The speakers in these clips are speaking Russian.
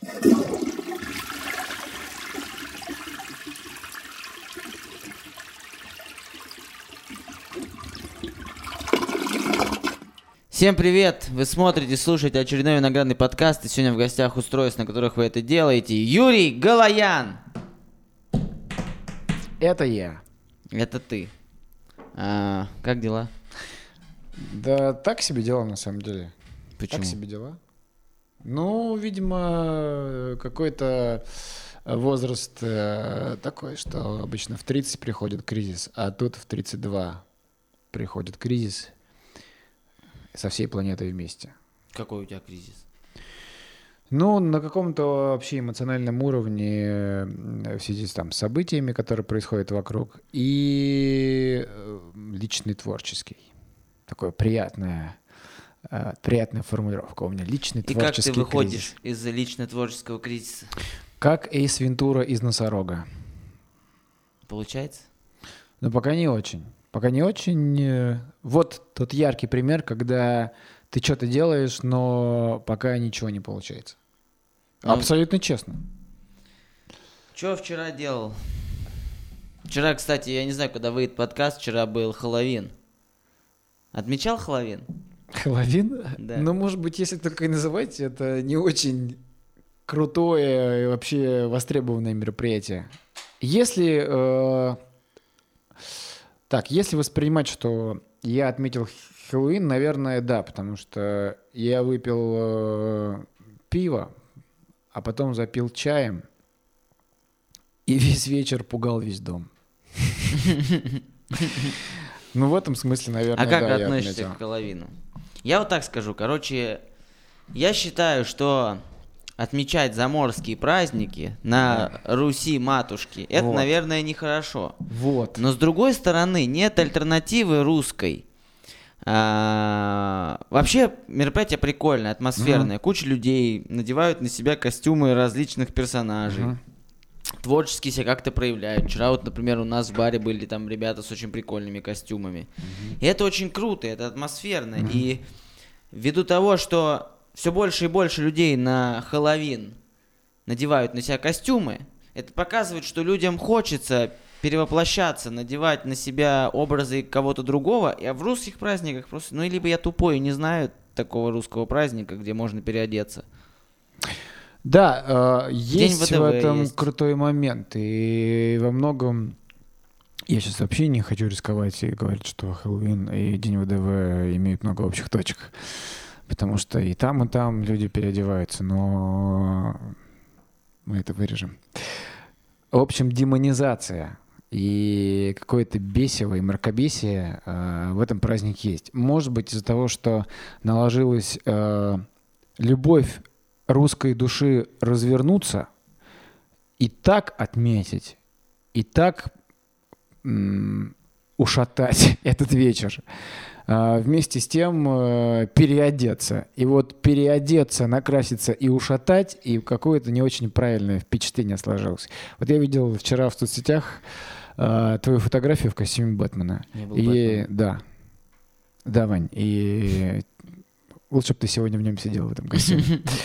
Всем привет! Вы смотрите, слушаете очередной виноградный подкаст, и сегодня в гостях устройств, на которых вы это делаете, Юрий Галаян. Это я. Это ты. Как дела? Да так себе дела на самом деле. Почему? Так себе дела. Ну, видимо, какой-то возраст такой, что обычно в 30 приходит кризис, а тут в 32 приходит кризис со всей планетой вместе. Какой у тебя кризис? Ну, на каком-то вообще эмоциональном уровне в связи с событиями, которые происходят вокруг, и личный творческий. Такое приятная формулировка. У меня личный творческий кризис. И как ты выходишь из лично-творческого кризиса? Как Эйс Вентура из «Носорога». Получается? Но пока не очень. Пока не очень. Вот тот яркий пример, когда ты что-то делаешь, но пока ничего не получается. Абсолютно честно. Что вчера делал? Вчера, кстати, я не знаю, когда выйдет подкаст, вчера был Хэллоуин. Отмечал Хэллоуин? Хэллоуин? Да. Ну, может быть, если только и называть, это не очень крутое и вообще востребованное мероприятие. Если воспринимать, что я отметил Хэллоуин, наверное, да, потому что я выпил пиво, а потом запил чаем и весь вечер пугал весь дом. Ну, в этом смысле, наверное, да, я отметил. А как я относишься отметил. к Хэллоуину? Я вот так скажу. Короче, я считаю, что отмечать заморские праздники на Руси-матушке, это, наверное, нехорошо. Вот. Но с другой стороны, нет альтернативы русской. Вообще мероприятие прикольное, атмосферное. Куча людей надевают на себя костюмы различных персонажей. Творчески себя как-то проявляют. Вчера вот, например, у нас в баре были там ребята с очень прикольными костюмами. И это очень круто, это атмосферно. И ввиду того, что все больше и больше людей на Хэллоуин надевают на себя костюмы, это показывает, что людям хочется перевоплощаться, надевать на себя образы кого-то другого. А в русских праздниках просто... либо я тупой и не знаю такого русского праздника, где можно переодеться. Да, есть ВДВ в этом есть. крутой момент. И во многом... Я сейчас вообще не хочу рисковать и говорить, что Хэллоуин и День ВДВ имеют много общих точек. Потому что и там люди переодеваются, но мы это вырежем. В общем, демонизация и какое-то бесиво и мракобесие в этом празднике есть. Может быть, из-за того, что наложилась любовь русской души развернуться и так отметить, и так ушатать этот вечер. Вместе с тем переодеться. И вот переодеться, накраситься и ушатать, и какое-то не очень правильное впечатление сложилось. Вот я видел вчера в соцсетях твою фотографию в костюме Бэтмена. Бэтмен. Да, Вань, и лучше бы ты сегодня в нем сидел, в этом костюме.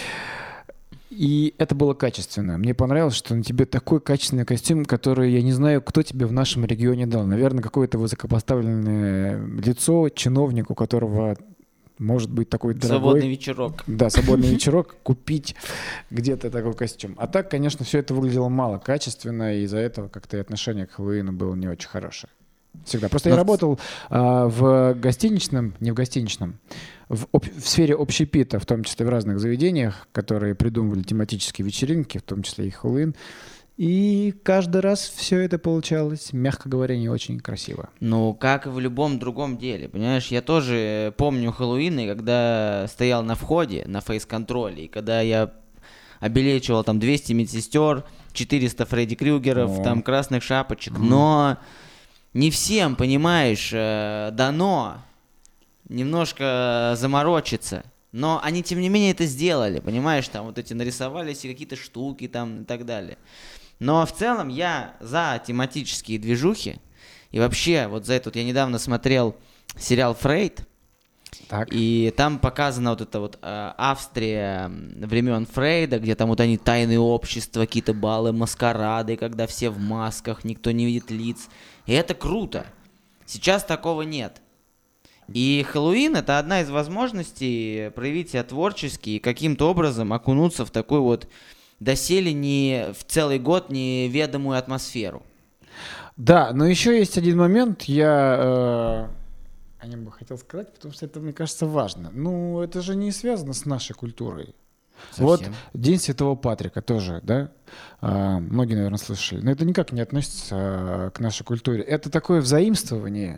И это было качественно. Мне понравилось, что на тебе такой качественный костюм, который, я не знаю, кто тебе в нашем регионе дал. Наверное, какое-то высокопоставленное лицо, чиновник, у которого может быть такой дорогой... Свободный вечерок. Да, свободный вечерок, купить где-то такой костюм. А так, конечно, все это выглядело мало качественно, и из-за этого как-то и отношение к Хэллоуину было не очень хорошее. Всегда. Просто я работал в гостиничном, не в гостиничном, в сфере общепита, в том числе в разных заведениях, которые придумывали тематические вечеринки, в том числе и Хэллоуин. И каждый раз все это получалось, мягко говоря, не очень красиво. Ну, как и в любом другом деле, понимаешь? Я тоже помню Хэллоуин, и когда стоял на входе, на фейс-контроле, и когда я обелечивал там 200 медсестер, 400 Фредди Крюгеров, там красных шапочек, но не всем, понимаешь, дано немножко заморочиться. Но они, тем не менее, это сделали, понимаешь, там вот эти нарисовали себе какие-то штуки там и так далее. Но в целом я за тематические движухи. И вообще, вот за это вот я недавно смотрел сериал «Фрейд». Так. И там показана вот эта вот Австрия времен Фрейда, где там вот они тайные общества, какие-то балы, маскарады, когда все в масках, никто не видит лиц. И это круто. Сейчас такого нет. И Хэллоуин — это одна из возможностей проявить себя творчески и каким-то образом окунуться в такой вот доселе не в целый год неведомую атмосферу. Да, но еще есть один момент, я о нем бы хотел сказать, потому что это, мне кажется, важно. Ну, это же не связано с нашей культурой. Совсем. Вот День Святого Патрика тоже, да? Многие, наверное, слышали. Но это никак не относится к нашей культуре. Это такое взаимствование.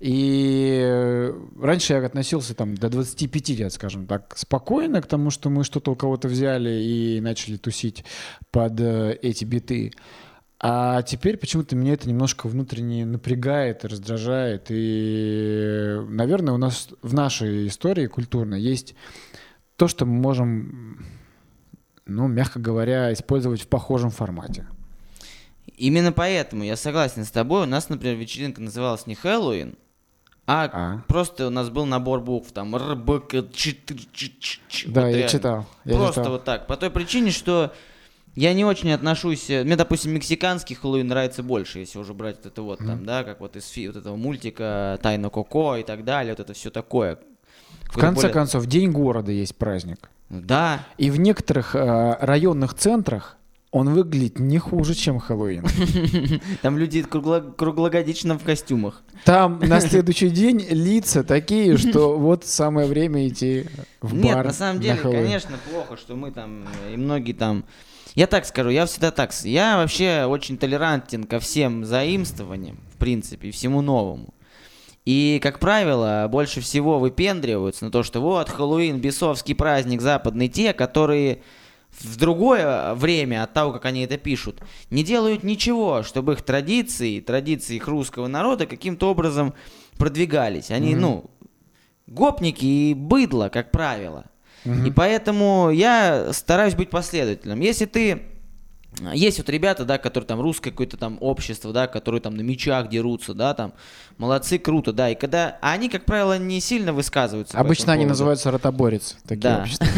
И раньше я относился там до 25 лет, скажем так, спокойно к тому, что мы что-то у кого-то взяли и начали тусить под эти биты. А теперь почему-то меня это немножко внутренне напрягает, раздражает. И, наверное, у нас в нашей истории культурной есть то, что мы можем, ну, мягко говоря, использовать в похожем формате. Именно поэтому я согласен с тобой. У нас, например, вечеринка называлась не Хэллоуин, а просто у нас был набор букв, там, РБК, Да, вот я читал. Просто вот так. По той причине, что я не очень отношусь... Мне, допустим, мексиканский Хэллоуин нравится больше, если уже брать вот это вот там, да, как вот из вот этого мультика «Тайна Коко» и так далее, вот это все такое. В конце концов, День города есть праздник. Да. И в некоторых районных центрах он выглядит не хуже, чем Хэллоуин. Там люди круглогодично в костюмах. Там на следующий день лица такие, что вот самое время идти в бар. Нет, на самом деле, конечно, плохо, что мы там, и многие там... Я так скажу, я всегда так. Я вообще очень толерантен ко всем заимствованиям, в принципе, и всему новому. И, как правило, больше всего выпендриваются на то, что вот Хэллоуин, бесовский праздник западный, те, которые в другое время от того, как они это пишут, не делают ничего, чтобы их традиции их русского народа каким-то образом продвигались. Они, гопники и быдло, как правило. И поэтому я стараюсь быть последовательным. Если ты... Есть вот ребята, да, которые там русское какое-то там общество, да, которые там на мечах дерутся, да, там, молодцы, круто, да, и когда... А они, как правило, не сильно высказываются. Обычно они называются ротоборец, такие общества.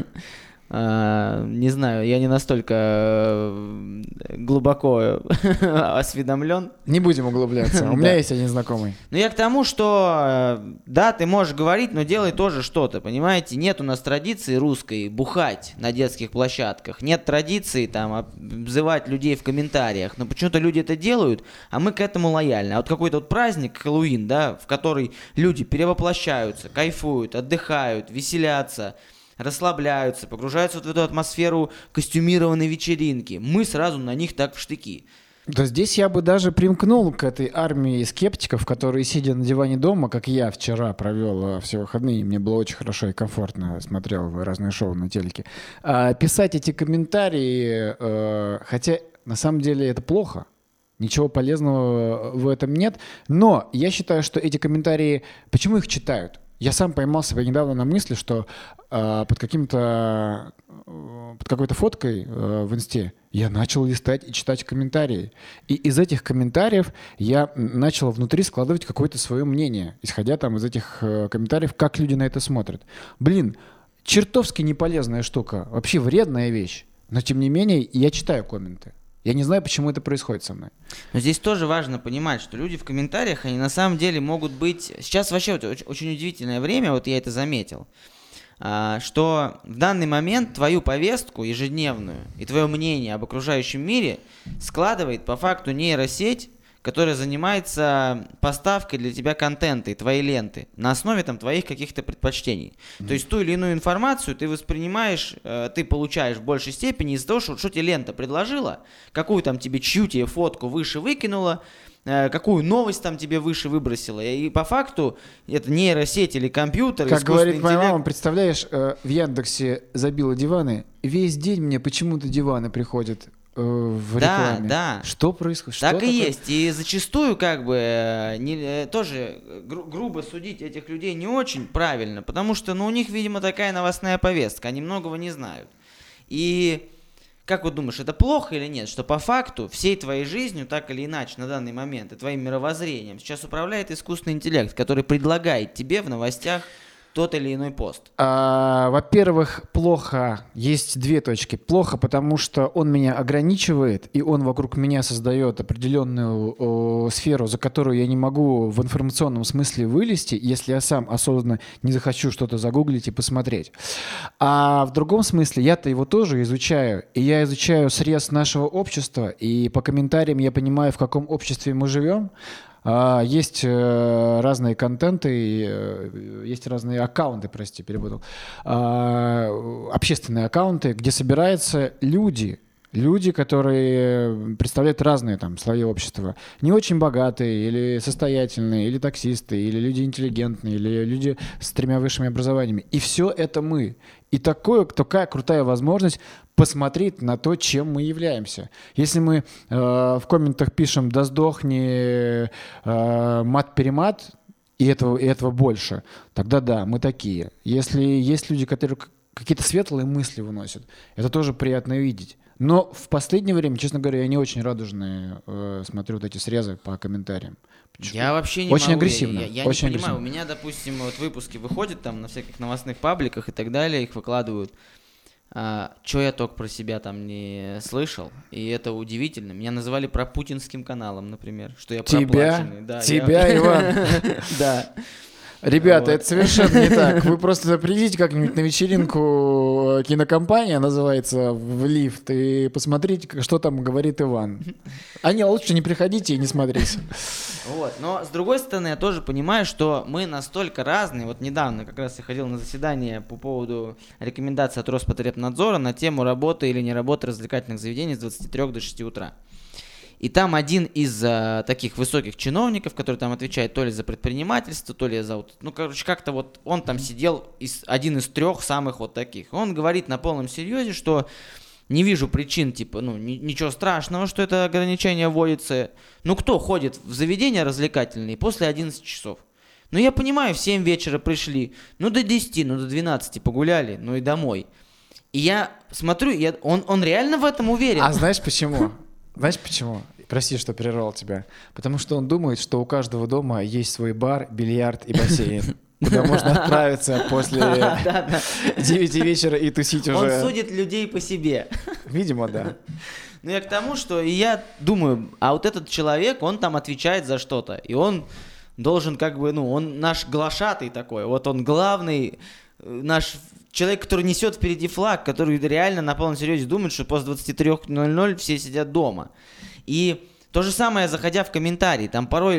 Не знаю, я не настолько глубоко осведомлен. Не будем углубляться, у меня есть один знакомый. Но я к тому, что да, ты можешь говорить, но делай тоже что-то, понимаете? Нет у нас традиции русской бухать на детских площадках, нет традиции там обзывать людей в комментариях, но почему-то люди это делают, а мы к этому лояльны. А вот какой-то вот праздник, Хэллоуин, да, в который люди перевоплощаются, кайфуют, отдыхают, веселятся, расслабляются, погружаются вот в эту атмосферу костюмированной вечеринки. Мы сразу на них так в штыки. Да здесь я бы даже примкнул к этой армии скептиков, которые, сидя на диване дома, как я вчера провел все выходные, мне было очень хорошо и комфортно, смотрел разные шоу на телеке, писать эти комментарии, хотя на самом деле это плохо. Ничего полезного в этом нет. Но я считаю, что эти комментарии... Почему их читают? Я сам поймал себя недавно на мысли, что под какой-то фоткой в инсте я начал листать и читать комментарии. И из этих комментариев я начал внутри складывать какое-то свое мнение, исходя там из этих комментариев, как люди на это смотрят. Блин, чертовски неполезная штука, вообще вредная вещь. Но тем не менее я читаю комменты. Я не знаю, почему это происходит со мной. Но здесь тоже важно понимать, что люди в комментариях, они на самом деле могут быть... Сейчас вообще вот очень удивительное время, вот я это заметил, что в данный момент твою повестку ежедневную и твое мнение об окружающем мире складывает по факту нейросеть, которая занимается поставкой для тебя контента и твоей ленты на основе там твоих каких-то предпочтений. То есть ту или иную информацию ты воспринимаешь, ты получаешь в большей степени из-за того, что тебе лента предложила, какую там тебе, чью тебе фотку выше выкинула, какую новость там тебе выше выбросила. И по факту это нейросеть или компьютер, как говорит интеллект... моя мама, представляешь, в Яндексе забила диваны, весь день мне почему-то диваны приходят в рекламе. Да. Что происходит? Так что и такое? есть. И зачастую тоже грубо судить этих людей не очень правильно, потому что у них, видимо, такая новостная повестка. Они многого не знают. И как вы думаешь, это плохо или нет, что по факту всей твоей жизнью, так или иначе, на данный момент, и твоим мировоззрением сейчас управляет искусственный интеллект, который предлагает тебе в новостях тот или иной пост? Во-первых, плохо. Есть две точки. Плохо, потому что он меня ограничивает, и он вокруг меня создает определенную сферу, за которую я не могу в информационном смысле вылезти, если я сам осознанно не захочу что-то загуглить и посмотреть. А в другом смысле я-то его тоже изучаю, и я изучаю срез нашего общества, и по комментариям я понимаю, в каком обществе мы живем. Есть разные контенты, есть разные аккаунты, перепутал, общественные аккаунты, где собираются люди, которые представляют разные там слои общества. Не очень богатые, или состоятельные, или таксисты, или люди интеллигентные, или люди с 3 высшими образованиями. И все это мы. И такая крутая возможность посмотреть на то, чем мы являемся. Если мы в комментах пишем «да сдохни, мат-перемат», и этого больше, тогда да, мы такие. Если есть люди, которые какие-то светлые мысли выносят, это тоже приятно видеть. Но в последнее время, честно говоря, я не очень радужные смотрю вот эти срезы по комментариям. Я вообще не очень могу. Агрессивно. Я очень не понимаю. агрессивно. У меня, допустим, вот выпуски выходят там на всяких новостных пабликах и так далее, их выкладывают. Что я только про себя там не слышал, и это удивительно. Меня называли пропутинским каналом, например, что я проплаченный. Тебя, Иван? Да. Ребята, это совершенно не так. Вы просто придите как-нибудь на вечеринку, кинокомпания называется, в лифт, и посмотрите, что там говорит Иван. Лучше не приходите и не смотрите. Вот. Но, с другой стороны, я тоже понимаю, что мы настолько разные. Вот недавно как раз я ходил на заседание по поводу рекомендаций от Роспотребнадзора на тему работы или не работы развлекательных заведений с 23 до 6 утра. И там один из таких высоких чиновников, который там отвечает то ли за предпринимательство, то ли за... как-то вот он там сидел, один из 3 самых вот таких. Он говорит на полном серьезе, что не вижу причин, ничего страшного, что это ограничение вводится. Кто ходит в заведения развлекательные после 11 часов? Я понимаю, в 7 вечера пришли, до 10, до 12 погуляли, и домой. И я смотрю, он реально в этом уверен. А знаешь почему? Прости, что прервал тебя. Потому что он думает, что у каждого дома есть свой бар, бильярд и бассейн, куда можно отправиться после 9 вечера и тусить уже. Он судит людей по себе. Видимо, да. Я к тому, что я думаю, а вот этот человек, он там отвечает за что-то. И он должен он наш глашатый такой. Вот он главный, наш человек, который несет впереди флаг, который реально на полном серьезе думает, что после 23:00 все сидят дома. И то же самое, заходя в комментарии, там порой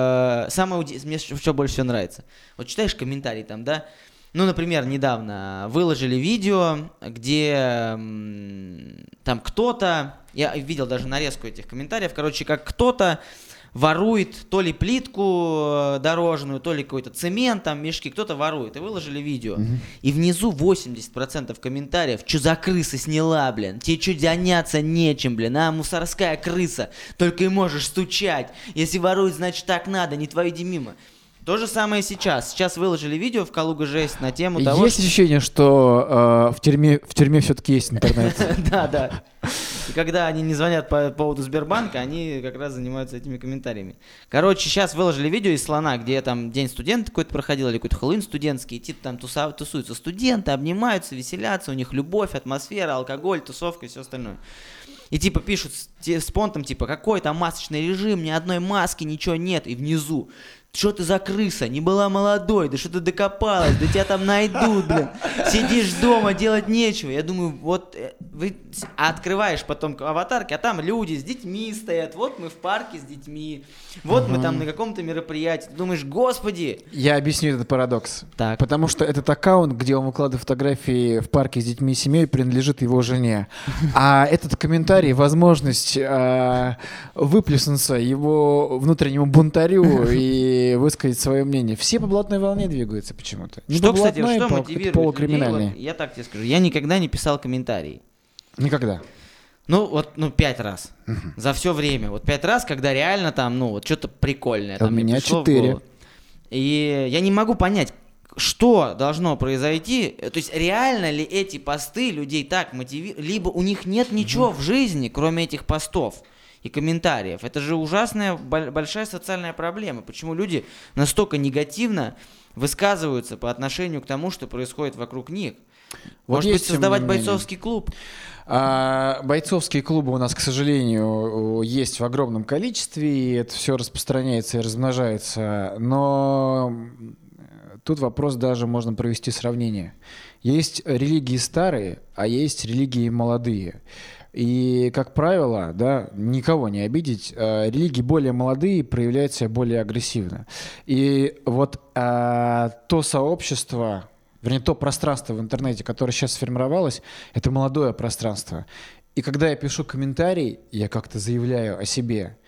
мне что больше всего нравится. Вот читаешь комментарии там, да? Например, недавно выложили видео, где там кто-то, я видел даже нарезку этих комментариев, как кто-то ворует то ли плитку дорожную, то ли какой-то цемент, там мешки, кто-то ворует. И выложили видео. И внизу 80% комментариев: что за крыса сняла, блин? Тебе что заняться нечем, блин? Мусорская крыса. Только и можешь стучать. Если воруют, значит так надо, не твои мимо. То же самое сейчас. Сейчас выложили видео в Калуга жесть на тему того, есть ощущение, что в тюрьме все-таки есть интернет. Да. И когда они не звонят по поводу Сбербанка, они как раз занимаются этими комментариями. Сейчас выложили видео из Слона, где там день студента какой-то проходил, или какой-то Хэллоуин студентский, и там тусуются студенты, обнимаются, веселятся, у них любовь, атмосфера, алкоголь, тусовка и все остальное. И пишут с понтом, какой там масочный режим, ни одной маски, ничего нет. И внизу: что ты за крыса? Не была молодой, да что ты докопалась, да тебя там найдут, блин. Сидишь дома, делать нечего. Я думаю, открываешь потом аватарки, а там люди с детьми стоят. Вот мы в парке с детьми, вот мы там на каком-то мероприятии. Ты думаешь, господи. Я объясню этот парадокс. Так. Потому что этот аккаунт, где он выкладывает фотографии в парке с детьми и семьей, принадлежит его жене. А этот комментарий — возможность выплеснуться его внутреннему бунтарю и высказать свое мнение. Все по блатной волне двигаются почему-то. Что, кстати, что мотивирует людей? Я так тебе скажу, я никогда не писал комментарии. Никогда? 5 раз. За все время. 5 раз, когда реально там, что-то прикольное. У меня 4. И я не могу понять, что должно произойти. То есть реально ли эти посты людей так мотивируют, либо у них нет ничего в жизни, кроме этих постов. и комментариев. Это же ужасная, большая социальная проблема. Почему люди настолько негативно высказываются по отношению к тому, что происходит вокруг них? Вот Может быть, создавать бойцовский клуб? Бойцовские клубы у нас, к сожалению, есть в огромном количестве, и это все распространяется и размножается. Но тут вопрос даже можно провести сравнение. Есть религии старые, а есть религии молодые. И, как правило, да, никого не обидеть, религии более молодые проявляют себя более агрессивно. И вот то сообщество, вернее, то пространство в интернете, которое сейчас сформировалось, это молодое пространство. И когда я пишу комментарий, я как-то заявляю о себе.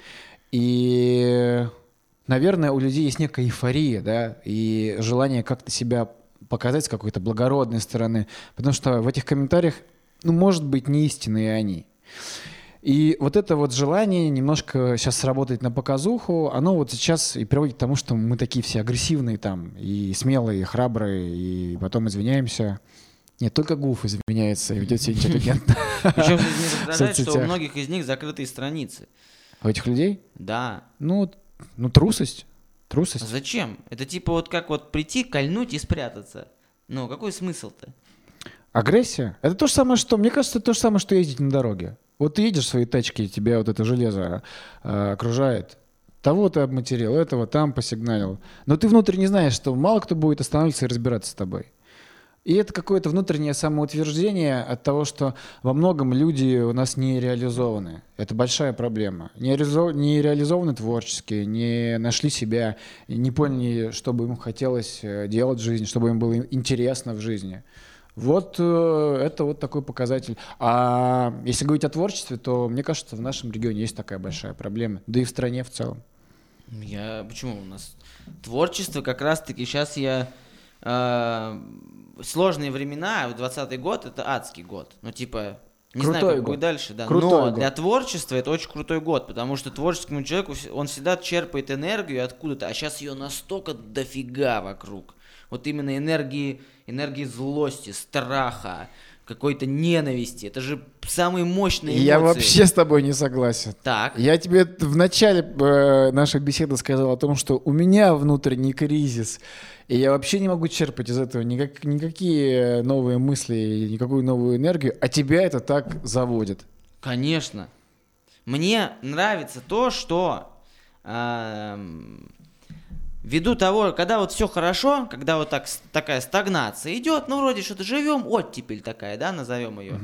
И, наверное, у людей есть некая эйфория, да, и желание как-то себя показать с какой-то благородной стороны. Потому что в этих комментариях, может быть, не истинные они. И вот это вот желание немножко сейчас сработать на показуху, оно вот сейчас и приводит к тому, что мы такие все агрессивные там, и смелые, и храбрые, и потом извиняемся. Нет, только Гуф извиняется и ведет себя интеллигентно. Причем не раздражает, что у многих из них закрытые страницы. У этих людей? Да. Трусость. Трусость. Зачем? Это типа вот как вот прийти, кольнуть и спрятаться. Какой смысл-то? Агрессия? Это то же самое, мне кажется, это то же самое, что ездить на дороге. Вот ты едешь в своей тачке, тебя вот это железо окружает. Того ты обматерил, этого там посигналил. Но ты внутренне знаешь, что мало кто будет останавливаться и разбираться с тобой. И это какое-то внутреннее самоутверждение от того, что во многом люди у нас не реализованы. Это большая проблема. Не реализованы творчески, не нашли себя, не поняли, что бы им хотелось делать в жизни, чтобы им было интересно в жизни. Вот это вот такой показатель. А если говорить о творчестве, то, мне кажется, в нашем регионе есть такая большая проблема. Да и в стране в целом. Почему у нас творчество как раз-таки сейчас сложные времена, 20-й год — это адский год. Не знаю, как будет дальше, да. Но для творчества это очень крутой год, потому что творческому человеку он всегда черпает энергию откуда-то, а сейчас ее настолько дофига вокруг. Вот именно энергии злости, страха, какой-то ненависти. Это же самые мощные эмоции. Я вообще с тобой не согласен. Так. Я тебе в начале нашей беседы сказал о том, что у меня внутренний кризис, и я вообще не могу черпать из этого никакие новые мысли, никакую новую энергию, а тебя это так заводит. Конечно. Мне нравится то, что ввиду того, когда вот все хорошо, когда вот такая стагнация идет, вроде что-то живем, оттепель такая, да, назовем ее,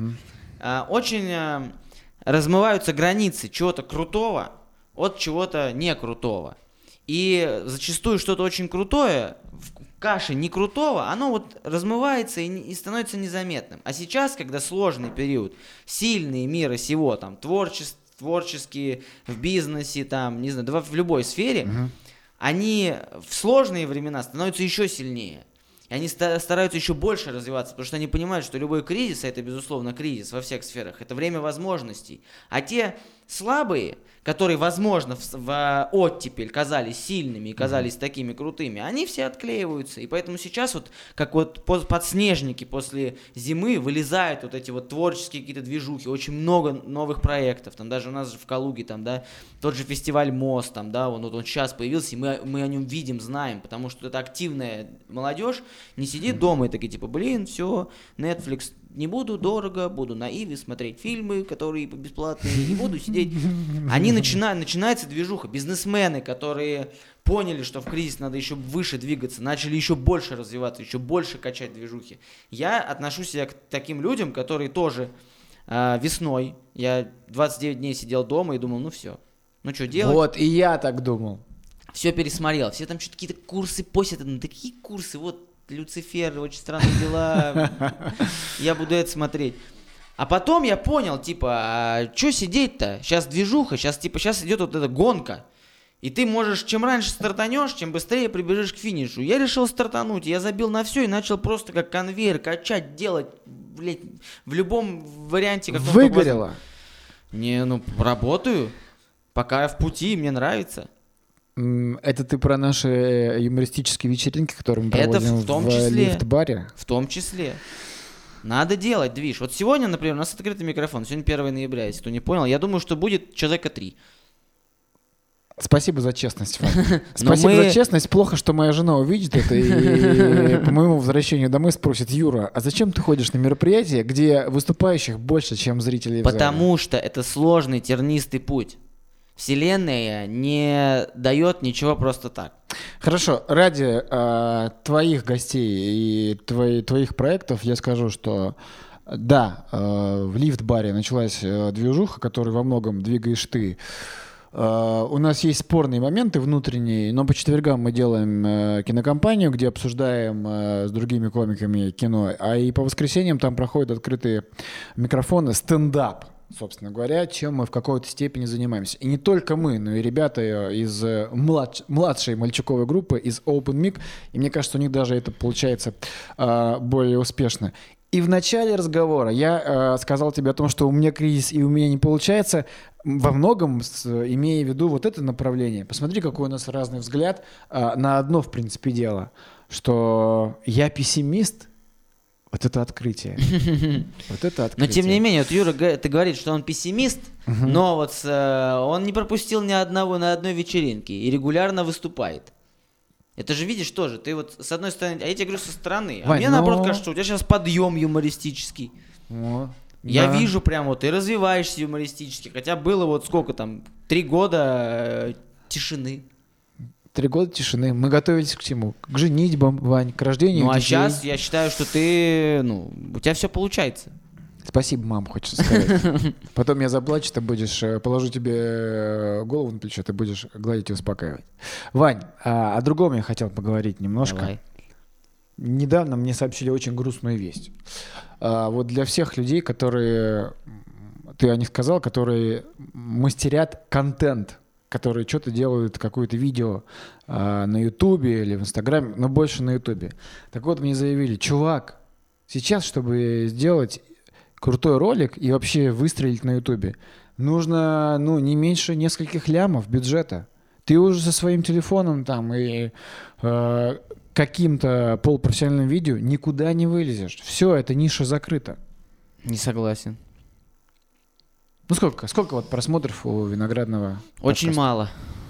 очень размываются границы чего-то крутого от чего-то не крутого. И зачастую что-то очень крутое в каше не крутого, оно вот размывается и становится незаметным. А сейчас, когда сложный период, сильные мира сего, там, творческие, в бизнесе, там, не знаю, в любой сфере, они в сложные времена становятся еще сильнее. И они стараются еще больше развиваться, потому что они понимают, что любой кризис, а это, безусловно, кризис во всех сферах, это время возможностей. А те слабые, которые, возможно, в оттепель казались сильными и казались такими крутыми, они все отклеиваются. И поэтому сейчас вот, как вот подснежники после зимы, вылезают вот эти вот творческие какие-то движухи, очень много новых проектов. Там даже у нас же в Калуге, там, да, тот же фестиваль «Мост», там, да, он сейчас появился, и мы о нем видим, знаем, потому что это активная молодежь не сидит дома и такие, типа, все, Netflix, не буду дорого, буду на Иви смотреть фильмы, которые бесплатные, не буду сидеть. Начинается движуха. Бизнесмены, которые поняли, что в кризис надо еще выше двигаться, начали еще больше развиваться, еще больше качать движухи. Я отношу себя к таким людям, которые тоже весной, я 29 дней сидел дома и думал, все, что делать? Вот, и я так думал. Все пересмотрел, все там что-то какие-то курсы постят, такие курсы, вот, Люцифер, очень странные дела, я буду это смотреть. А потом я понял, что сидеть-то? Сейчас движуха, сейчас идет вот эта гонка. И ты можешь, чем раньше стартанешь, чем быстрее прибежишь к финишу. Я решил стартануть, я забил на все и начал просто как конвейер качать, делать, блядь, в любом варианте. Выгорело? Работаю, пока я в пути, мне нравится. Это ты про наши юмористические вечеринки, которые мы проводим в том числе, лифт-баре? В том числе. Надо делать движ. Вот сегодня, например, у нас открытый микрофон. Сегодня 1 ноября, если кто не понял. Я думаю, что будет человека 3. Спасибо за честность, Вань. Спасибо за честность. Плохо, что моя жена увидит это и по моему возвращению домой спросит: Юра, а зачем ты ходишь на мероприятие, где выступающих больше, чем зрителей в зале? Потому что это сложный, тернистый путь. Вселенная не дает ничего просто так. Хорошо, ради твоих гостей и твоих проектов я скажу, что да, в Лифт-баре началась движуха, которую во многом двигаешь ты. У нас есть спорные моменты внутренние, но по четвергам мы делаем кинокомпанию, где обсуждаем с другими комиками кино, а и по воскресеньям там проходят открытые микрофоны, стендап, собственно говоря, чем мы в какой-то степени занимаемся. И не только мы, но и ребята из младшей мальчуковой группы, из Open Mic, и мне кажется, у них даже это получается более успешно. И в начале разговора я сказал тебе о том, что у меня кризис и у меня не получается, во многом имея в виду вот это направление. Посмотри, какой у нас разный взгляд на одно, в принципе, дело, что я пессимист. Вот это открытие. Вот это открытие. Но тем не менее, вот Юра, ты говоришь, что он пессимист, но вот он не пропустил ни одной вечеринки и регулярно выступает. Это же видишь тоже, ты вот с одной стороны, а я тебе говорю со стороны, Вань, мне наоборот кажется, что у тебя сейчас подъем юмористический. Я вижу прям вот, ты развиваешься юмористически, хотя было вот сколько там, 3 года тишины. 3 года тишины. Мы готовились к чему? К женитьбам, Вань, к рождению детей. А сейчас я считаю, что ты, у тебя все получается. Спасибо, мам, хочется сказать. Потом я заплачу, ты будешь, положу тебе голову на плечо, ты будешь гладить и успокаивать. Вань, о другом я хотел поговорить немножко. Давай. Недавно мне сообщили очень грустную весть. Вот для всех людей, которые, ты о них сказал, которые мастерят контент, которые что-то делают, какое-то видео на Ютубе или в Инстаграме, но больше на Ютубе. Так вот, мне заявили: чувак, сейчас, чтобы сделать крутой ролик и вообще выстрелить на Ютубе, нужно, не меньше нескольких лямов бюджета. Ты уже со своим телефоном там и каким-то полупрофессиональным видео никуда не вылезешь. Все, эта ниша закрыта. Не согласен. Сколько вот просмотров у Виноградного Очень подкаста? мало.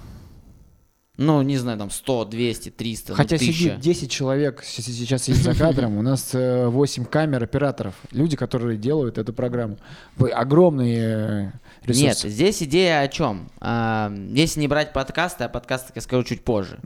Не знаю, там 100, 200, 300, Хотя 1000. сидит 10 человек, сейчас сидит за кадром, у нас 8 камер операторов, люди, которые делают эту программу. Огромные ресурсы. Нет, здесь идея о чем? Если не брать подкасты, а подкасты я скажу чуть позже.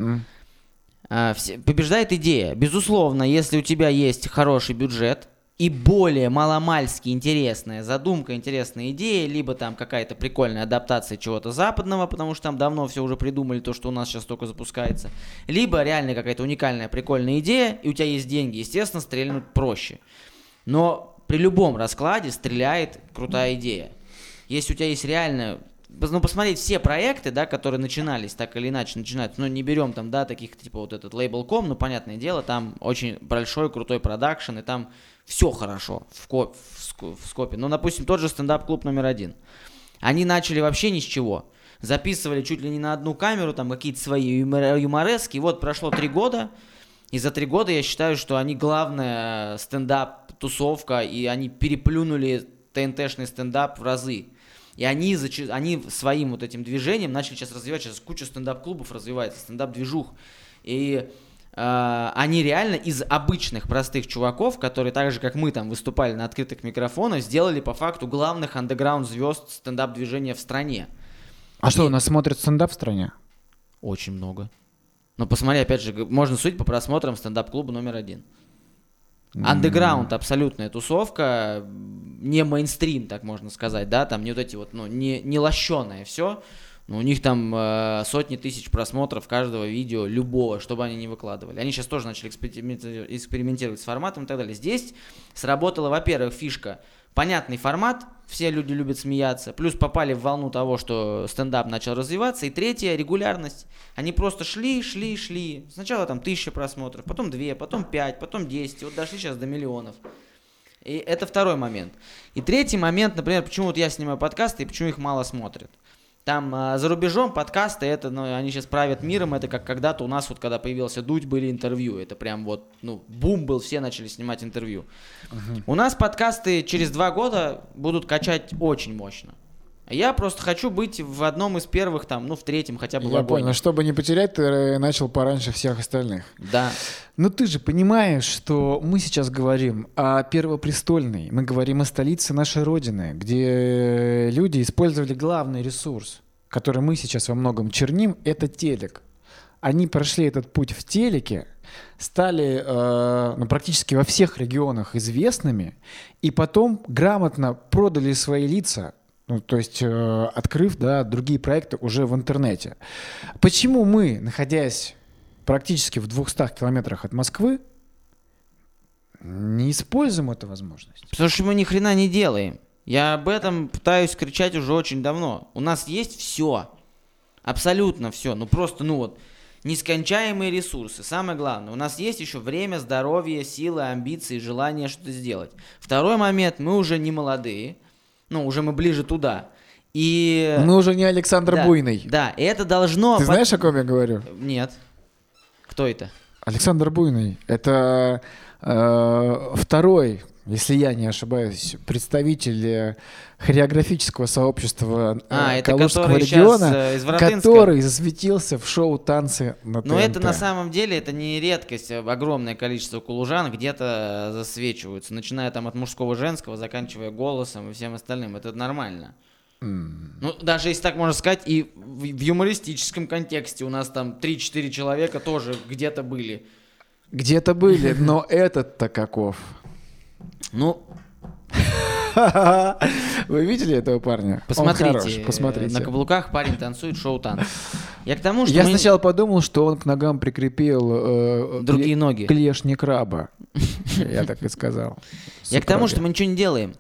Побеждает идея. Безусловно, если у тебя есть хороший бюджет и более маломальски интересная задумка, интересная идея, либо там какая-то прикольная адаптация чего-то западного, потому что там давно все уже придумали, то, что у нас сейчас только запускается, либо реально какая-то уникальная прикольная идея, и у тебя есть деньги, естественно, стрельнуть проще. Но при любом раскладе стреляет крутая идея. Если у тебя есть реально... посмотреть все проекты, да, которые начинались, так или иначе начинаются, не берем там, да, таких, типа вот этот Label.com, понятное дело, там очень большой, крутой продакшн, и там все хорошо в скопе. Допустим, тот же стендап-клуб номер 1. Они начали вообще ни с чего. Записывали чуть ли не на одну камеру, там какие-то свои юморески. Вот прошло 3 года, и за 3 года я считаю, что они главная стендап-тусовка, и они переплюнули ТНТ-шный стендап в разы. И они своим вот этим движением начали сейчас развивать, сейчас куча стендап-клубов развивается, стендап-движух. И они реально из обычных простых чуваков, которые так же, как мы там выступали на открытых микрофонах, сделали по факту главных андеграунд-звезд стендап-движения в стране. Что, у нас смотрят стендап в стране? Очень много. Посмотри, опять же, можно судить по просмотрам стендап-клуба номер 1. Андеграунд, абсолютная тусовка, не мейнстрим, так можно сказать, да, там не вот эти вот, не лощеное все, у них там сотни тысяч просмотров каждого видео, любого, чтобы они не выкладывали. Они сейчас тоже начали экспериментировать с форматом и так далее. Здесь сработала, во-первых, фишка, понятный формат, все люди любят смеяться, плюс попали в волну того, что стендап начал развиваться, и третья — регулярность. Они просто шли. Сначала там 1000 просмотров, потом 2, потом 5, потом 10, вот дошли сейчас до миллионов. И это второй момент. И третий момент, например, почему вот я снимаю подкасты и почему их мало смотрят. Там за рубежом подкасты, это, ну, они сейчас правят миром, это как когда-то у нас, вот когда появился Дудь, были интервью, это прям вот, ну, бум был, все начали снимать интервью. У нас подкасты через 2 года будут качать очень мощно. Я просто хочу быть в одном из первых, там, ну, в 3-м хотя бы Я вагоне. понял, чтобы не потерять, ты начал пораньше всех остальных. Да. Но ты же понимаешь, что мы сейчас говорим о Первопрестольной, мы говорим о столице нашей Родины, где люди использовали главный ресурс, который мы сейчас во многом черним, это телек. Они прошли этот путь в телеке, стали практически во всех регионах известными, и потом грамотно продали свои лица. Ну, то есть, открыв, да, другие проекты уже в интернете. Почему мы, находясь практически в 200 километрах от Москвы, не используем эту возможность? Потому что мы ни хрена не делаем. Я об этом пытаюсь кричать уже очень давно. У нас есть все. Абсолютно все. Ну, просто, ну вот, нескончаемые ресурсы. Самое главное, у нас есть еще время, здоровье, силы, амбиции, желание что-то сделать. Второй момент, мы уже не молодые. Ну, уже мы ближе туда. И... Мы уже не Александр Буйный. Да, и это должно... Ты знаешь, о ком я говорю? Нет. Кто это? Александр Буйный. Это второй, если я не ошибаюсь, представитель хореографического сообщества Калужского региона, который засветился в шоу «Танцы на ТНТ». Но это на самом деле, это не редкость. Огромное количество калужан где-то засвечиваются, начиная там от мужского, женского, заканчивая голосом и всем остальным. Это нормально. Ну, даже если так можно сказать, и в юмористическом контексте у нас там 3-4 человека тоже где-то были. Где-то были, но этот-то каков? Ну... Вы видели этого парня? Посмотрите, Он хорош, посмотрите. На каблуках парень танцует шоу танцев. Я к тому, что я сначала подумал, что он к ногам прикрепил другие ноги. Клешни краба. Я так и сказал. Я к тому, что мы ничего не делаем.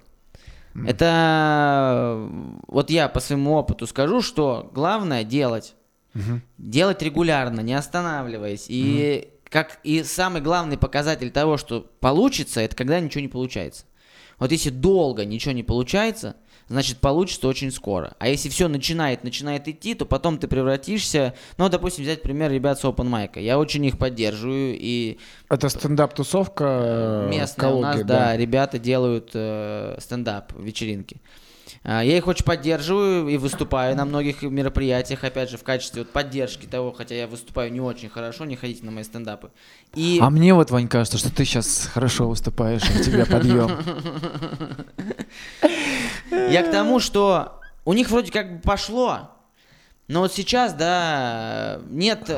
Это вот я по своему опыту скажу, что главное делать. Делать регулярно, не останавливаясь. И как и самый главный показатель того, что получится, это когда ничего не получается. Вот если долго ничего не получается, значит получится очень скоро. А если все начинает идти, то потом ты превратишься... Ну, допустим, взять пример ребят с Open Mic. Я очень их поддерживаю. И это стендап-тусовка местная у нас, да, ребята делают стендап-вечеринки. Я их очень поддерживаю и выступаю на многих мероприятиях, опять же, в качестве вот поддержки того, хотя я выступаю не очень хорошо, не ходите на мои стендапы. А мне вот, Вань, кажется, что ты сейчас хорошо выступаешь, у тебя подъем. Я к тому, что у них вроде как бы пошло, но вот сейчас, да, нет,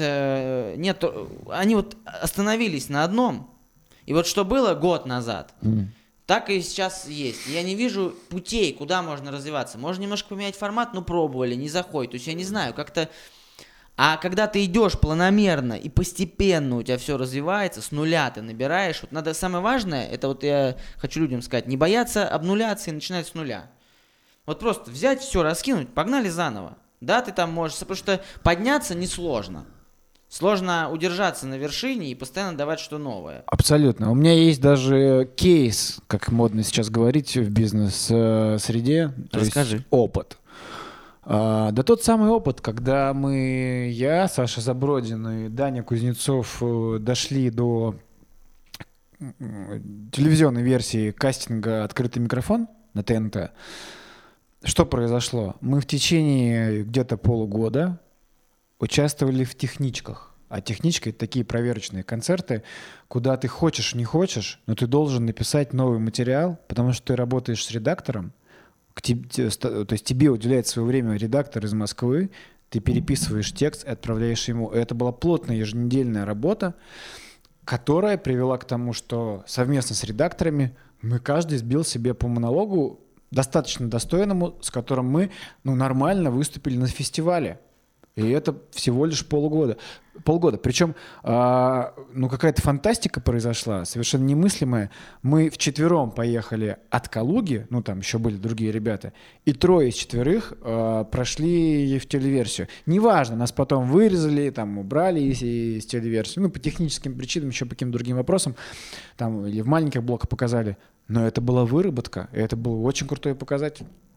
они вот остановились на одном. И вот что было год назад, так и сейчас есть. Я не вижу путей, куда можно развиваться. Можно немножко поменять формат, но пробовали, не заходит. То есть я не знаю, как-то... А когда ты идешь планомерно и постепенно у тебя все развивается, с нуля ты набираешь, вот надо, самое важное, это вот я хочу людям сказать, не бояться обнуляться и начинать с нуля. Вот просто взять все, раскинуть, погнали заново. Да, ты там можешь, потому что подняться несложно. Сложно удержаться на вершине и постоянно давать что новое. Абсолютно. У меня есть даже кейс, как модно сейчас говорить в бизнес-среде. Расскажи. То есть опыт. Да тот самый опыт, когда я, Саша Забродин и Даня Кузнецов дошли до телевизионной версии кастинга «Открытый микрофон» на ТНТ. Что произошло? Мы в течение где-то полугода участвовали в техничках. А техничка — это такие проверочные концерты, куда ты хочешь, не хочешь, но ты должен написать новый материал, потому что ты работаешь с редактором, то есть тебе уделяет свое время редактор из Москвы, ты переписываешь текст и отправляешь ему. И это была плотная еженедельная работа, которая привела к тому, что совместно с редакторами мы каждый сбил себе по монологу достаточно достойному, с которым мы нормально выступили на фестивале. И это всего лишь полгода. Причем какая-то фантастика произошла, совершенно немыслимая. Мы вчетвером поехали от Калуги, там еще были другие ребята, и 3 из 4 прошли в телеверсию. Неважно, нас потом вырезали, убрали из телеверсии, по техническим причинам, еще по каким-то другим вопросам, или в маленьких блоках показали. Но это была выработка, и это был очень крутой показатель.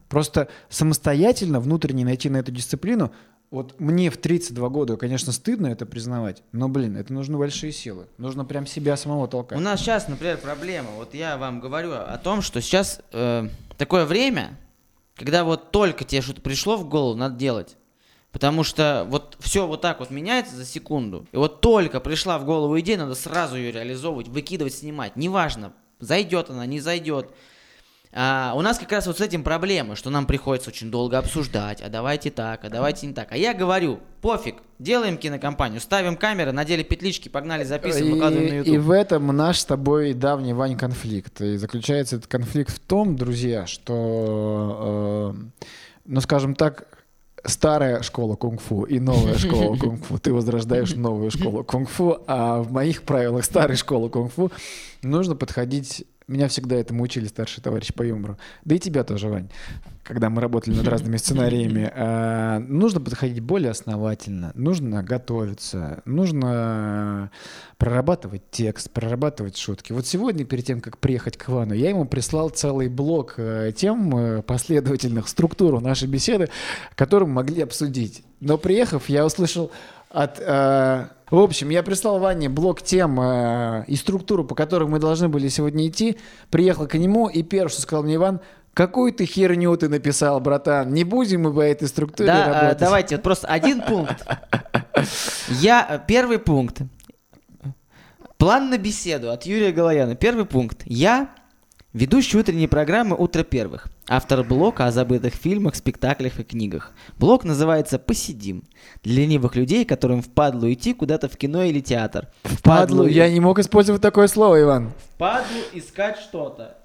Просто самостоятельно, внутренне найти на эту дисциплину, вот мне в 32 года, конечно, стыдно это признавать, но, это нужны большие силы. Нужно прям себя самого толкать. У нас сейчас, например, проблема. Вот я вам говорю о том, что сейчас такое время, когда вот только тебе что-то пришло в голову, надо делать. Потому что вот все вот так вот меняется за секунду. И вот только пришла в голову идея, надо сразу ее реализовывать, выкидывать, снимать. Неважно, зайдет она, не зайдет. У нас как раз вот с этим проблема, что нам приходится очень долго обсуждать, а давайте так, а давайте не так. А я говорю, пофиг, делаем кинокомпанию, ставим камеры, надели петлички, погнали, записываем, выкладываем на YouTube. И в этом наш с тобой давний, Вань, конфликт. И заключается этот конфликт в том, друзья, что, скажем так, старая школа кунг-фу и новая школа кунг-фу. Ты возрождаешь новую школу кунг-фу, а в моих правилах старой школы кунг-фу нужно подходить... Меня всегда этому учили старшие товарищи по юмору. Да и тебя тоже, Вань. Когда мы работали над разными сценариями. Нужно подходить более основательно. Нужно готовиться. Нужно прорабатывать текст, прорабатывать шутки. Вот сегодня, перед тем, как приехать к Ивану, я ему прислал целый блок тем последовательных, структуру нашей беседы, которую мы могли обсудить. Но приехав, я услышал в общем, я прислал Ване блок тем и структуру, по которым мы должны были сегодня идти. Приехал к нему, и первое, что сказал мне Иван: какую ты херню ты написал, братан. Не будем мы по этой структуре работать. Давайте, вот просто один пункт. Первый пункт. План на беседу от Юрия Галаяна. Первый пункт. Я ведущий утренней программы «Утро первых». Автор блога о забытых фильмах, спектаклях и книгах. Блог называется «Посидим». Для ленивых людей, которым впадлу идти куда-то в кино или театр. Впадлу? Я не мог использовать такое слово, Иван. Впадлу искать что-то.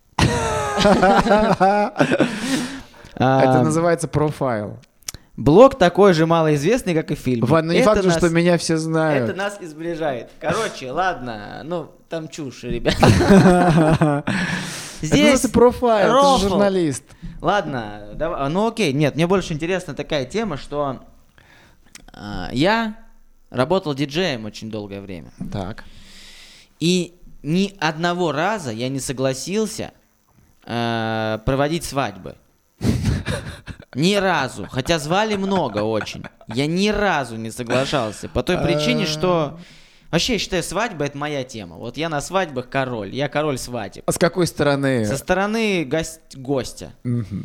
Это называется профайл. Блог такой же малоизвестный, как и фильм. Ван, не факт, что меня все знают. Это нас и сближает. Короче, ладно, там чушь, ребята. Здесь это профайл, ты же журналист. Ладно, окей. Нет, мне больше интересна такая тема, что я работал диджеем очень долгое время. Так. И ни одного раза я не согласился проводить свадьбы. Ни разу. Хотя звали много очень. Я ни разу не соглашался. По той причине, что... Вообще, я считаю, свадьба — это моя тема. Вот я на свадьбах король. Я король свадеб. А с какой стороны? Со стороны гостя.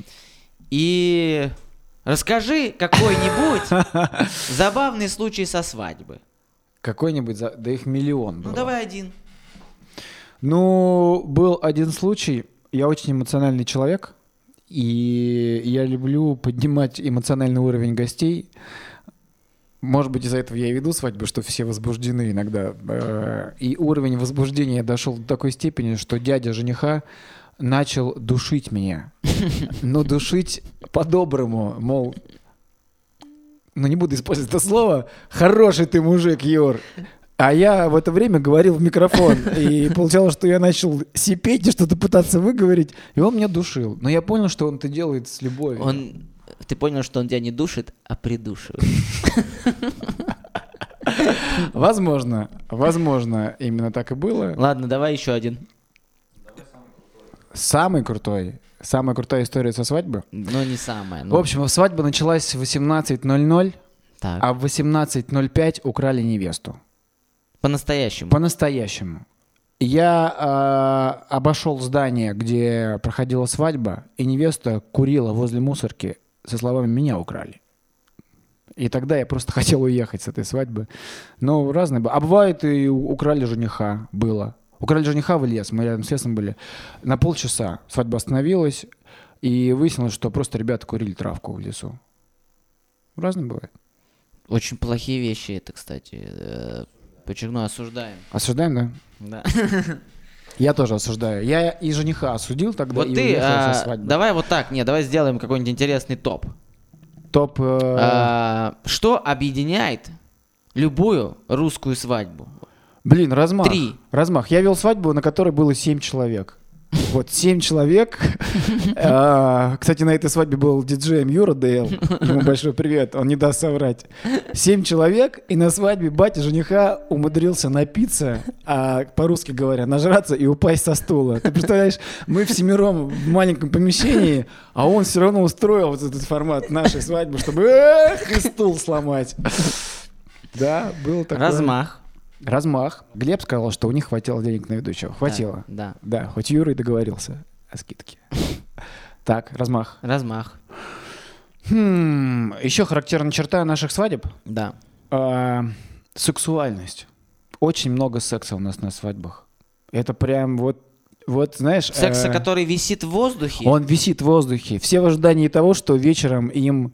И расскажи какой-нибудь забавный случай со свадьбы. Какой-нибудь? Да их миллион было. Давай один. Был один случай. Я очень эмоциональный человек. И я люблю поднимать эмоциональный уровень гостей. Может быть, из-за этого я и веду свадьбы, что все возбуждены иногда. И уровень возбуждения дошел до такой степени, что дядя жениха начал душить меня. Но душить по-доброму, мол... не буду использовать это слово. Хороший ты мужик, Юр. А я в это время говорил в микрофон, и получалось, что я начал сипеть и что-то пытаться выговорить, и он меня душил. Но я понял, что он это делает с любовью. Ты понял, что он тебя не душит, а придушивает. Возможно, именно так и было. Ладно, давай еще один. Самая крутая история со свадьбы? Не самая. В общем, свадьба началась в 18:00, а в 18:05 украли невесту. По-настоящему? По-настоящему. Я обошел здание, где проходила свадьба, и невеста курила возле мусорки со словами «меня украли». И тогда я просто хотел уехать с этой свадьбы. Но разные было. А бывает и украли жениха. Было. Украли жениха в лес. Мы рядом с лесом были. На полчаса свадьба остановилась, и выяснилось, что просто ребята курили травку в лесу. Разное бывает. Очень плохие вещи это, кстати. Подчеркну, осуждаем. Осуждаем, да? Да. Я тоже осуждаю. Я и жениха осудил тогда, вот и ты, уехал со свадьбы. Давай вот так, давай сделаем какой-нибудь интересный топ. Топ... Что объединяет любую русскую свадьбу? Размах. 3. Размах. Я вел свадьбу, на которой было 7 человек. Вот 7 человек. Кстати, на этой свадьбе был диджеем Юра Дейл. Ему большой привет, он не даст соврать. 7 человек, и на свадьбе батя жениха умудрился напиться, по-русски говоря, нажраться и упасть со стула. Ты представляешь, мы всемиром в маленьком помещении, а он все равно устроил вот этот формат нашей свадьбы, чтобы и стул сломать. Да, был такой. Размах. Глеб сказал, что у них хватило денег на ведущего. Хватило. Да. Да, хоть Юра и договорился о скидке. Так, размах. Еще характерная черта наших свадеб. Да. Сексуальность. Очень много секса у нас на свадьбах. Это прям вот знаешь... Секса, который висит в воздухе? Он висит в воздухе. Все в ожидании того, что вечером им...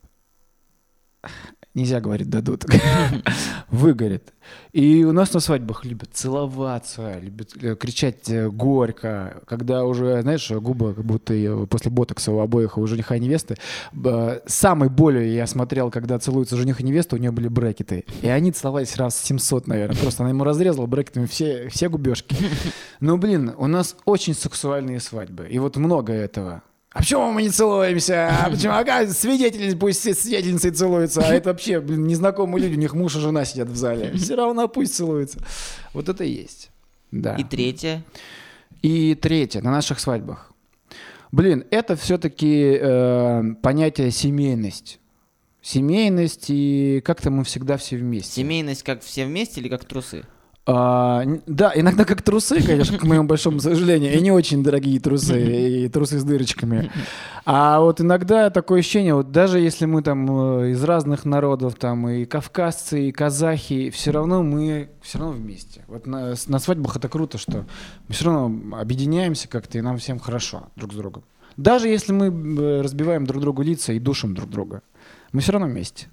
Нельзя говорить, дадут. Выгорит. И у нас на свадьбах любят целоваться, любят кричать горько. Когда уже, знаешь, губы как будто после ботокса у обоих, у жениха и невесты. Самой болью я смотрел, когда целуются жених и невеста, у нее были брекеты. И они целовались раз 700, наверное. Просто она ему разрезала брекетами все губежки. Ну, блин, у нас очень сексуальные свадьбы. И вот много этого. А почему мы не целуемся? А почему? Свидетели, пусть все свидетельницы целуются. А это вообще, блин, незнакомые люди, у них муж и жена сидят в зале. Все равно пусть целуются. Вот это и есть. Да. И третье, на наших свадьбах. Блин, это все-таки понятие семейность. Семейность, и как-то мы всегда все вместе. Семейность как все вместе или как трусы? Да, иногда как трусы, конечно, к моему большому сожалению, и не очень дорогие трусы, и трусы с дырочками. А вот иногда такое ощущение, вот даже если мы там из разных народов, там и кавказцы, и казахи, все равно вместе. Вот на свадьбах это круто, что мы все равно объединяемся как-то, и нам всем хорошо друг с другом. Даже если мы разбиваем друг другу лица и душим друг друга, мы все равно вместе.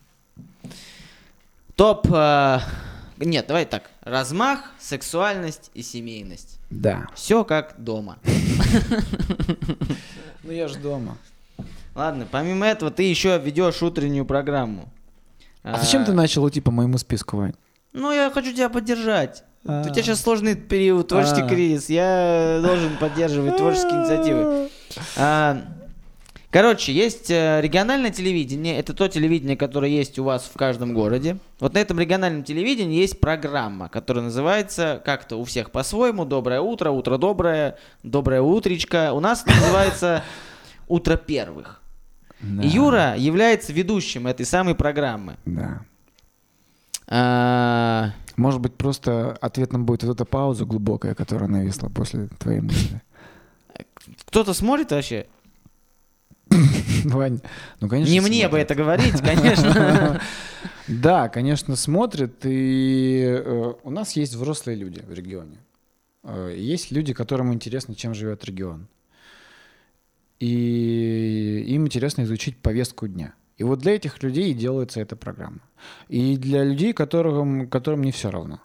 Нет, давай так. Размах, сексуальность и семейность. Да. Все как дома. Ну я же дома. Ладно, помимо этого ты еще ведешь утреннюю программу. А зачем ты начал идти по моему списку, Вань? Ну, я хочу тебя поддержать. У тебя сейчас сложный период, творческий кризис. Я должен поддерживать творческие инициативы. Короче, есть региональное телевидение. Это то телевидение, которое есть у вас в каждом городе. Вот на этом региональном телевидении есть программа, которая называется как-то у всех по-своему «Доброе утро», «Утро доброе», «Доброе утречко». У нас называется «Утро первых». Да. И Юра является ведущим этой самой программы. Да. Может быть, просто ответом будет вот эта пауза глубокая, которая нависла после твоей мысли. Кто-то смотрит вообще? Вань, ну, конечно, не мне бы это говорить, конечно. Да, конечно, смотрят. И у нас есть взрослые люди в регионе. Есть люди, которым интересно, чем живет регион. И им интересно изучить повестку дня. И вот для этих людей и делается эта программа. И для людей, которым не все равно.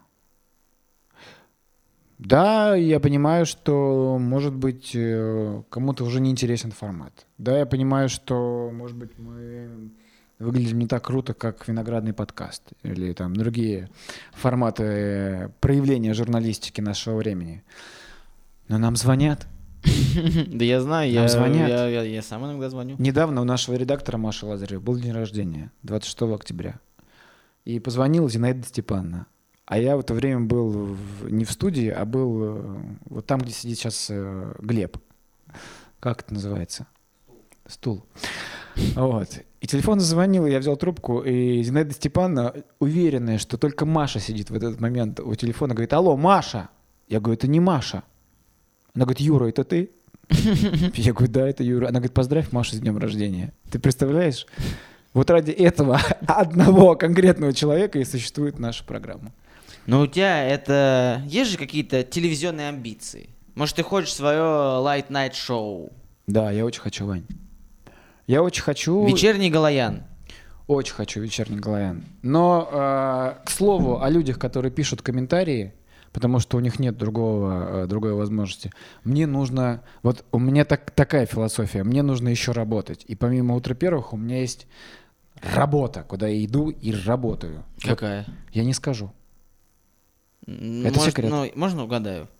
Да, я понимаю, что, может быть, кому-то уже не интересен формат. Да, я понимаю, что, может быть, мы выглядим не так круто, как виноградный подкаст или там другие форматы проявления журналистики нашего времени. Но нам звонят. Да я знаю, нам звонят. Я сам иногда звоню. Недавно у нашего редактора Маши Лазаревой был день рождения, 26 октября. И позвонила Зинаида Степановна. А я в это время был не в студии, а был вот там, где сидит сейчас Глеб. Как это называется? Стул. Вот. И телефон зазвонил, я взял трубку, и Зинаида Степановна, уверенная, что только Маша сидит в этот момент у телефона, говорит: алло, Маша! Я говорю: это не Маша. Она говорит: Юра, это ты? Я говорю: да, это Юра. Она говорит: поздравь Машу с днем рождения. Ты представляешь? Вот ради этого одного конкретного человека и существует наша программа. Но у тебя это... Есть же какие-то телевизионные амбиции? Может, ты хочешь свое late-night шоу? Да, я очень хочу, Вань. Я очень хочу... Вечерний Галаян. Очень хочу вечерний Галаян. Но, к слову, о людях, которые пишут комментарии, потому что у них нет другой возможности, мне нужно... Вот у меня такая философия. Мне нужно еще работать. И помимо «Утра первых» у меня есть работа, куда я иду и работаю. Какая? Вот, я не скажу. Это секрет. Ну, можно угадаю?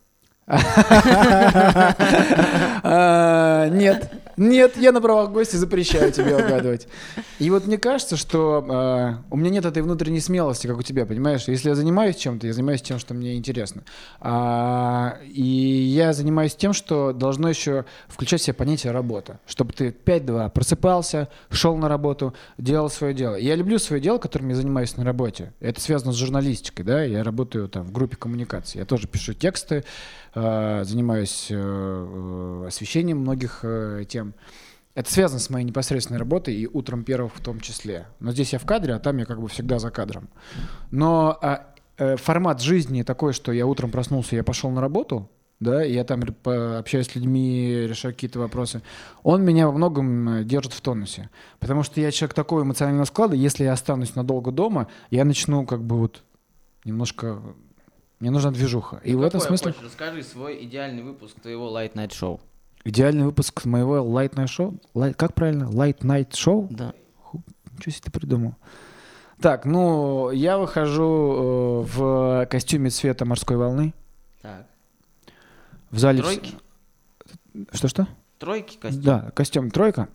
Нет, я на правах гостя запрещаю тебе угадывать. И вот мне кажется, что у меня нет этой внутренней смелости, как у тебя, понимаешь? Если я занимаюсь чем-то, я занимаюсь тем, что мне интересно. И я занимаюсь тем, что должно еще включать в себя понятие работа. Чтобы ты 5-2 просыпался, шел на работу, делал свое дело. Я люблю свое дело, которым я занимаюсь на работе. Это связано с журналистикой, да? Я работаю там в группе коммуникации. Я тоже пишу тексты, занимаюсь освещением многих тем. Это связано с моей непосредственной работой и утром первых в том числе. Но здесь я в кадре, а там я как бы всегда за кадром. Но формат жизни такой, что я утром проснулся, я пошел на работу, да, и я там общаюсь с людьми, решаю какие-то вопросы, он меня во многом держит в тонусе. Потому что я человек такого эмоционального склада, если я останусь надолго дома, я начну как бы вот немножко... Мне нужна движуха. И в этом смысле... Расскажи свой идеальный выпуск твоего Late Night Show. Идеальный выпуск моего Late Night Show? Как правильно? Late Night Show? Да. Что себе ты придумал? Так, ну, я выхожу в костюме цвета морской волны. Так. В зале... Тройки? Что-что? Тройки костюм? Да, костюм тройка.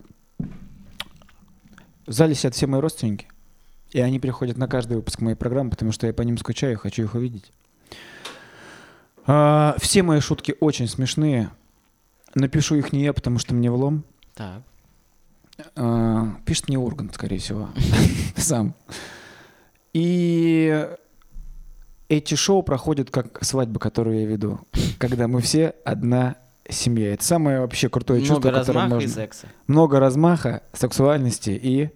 В зале сидят все мои родственники. И они приходят на каждый выпуск моей программы, потому что я по ним скучаю и хочу их увидеть. Все мои шутки очень смешные. Напишу их не я, потому что мне влом. Так. Пишет мне Ургант, скорее всего. Сам. И эти шоу проходят как свадьба, которую я веду. Когда мы все одна семья. Это самое вообще крутое чувство, которое можно... Много размаха и секса. Много размаха, сексуальности и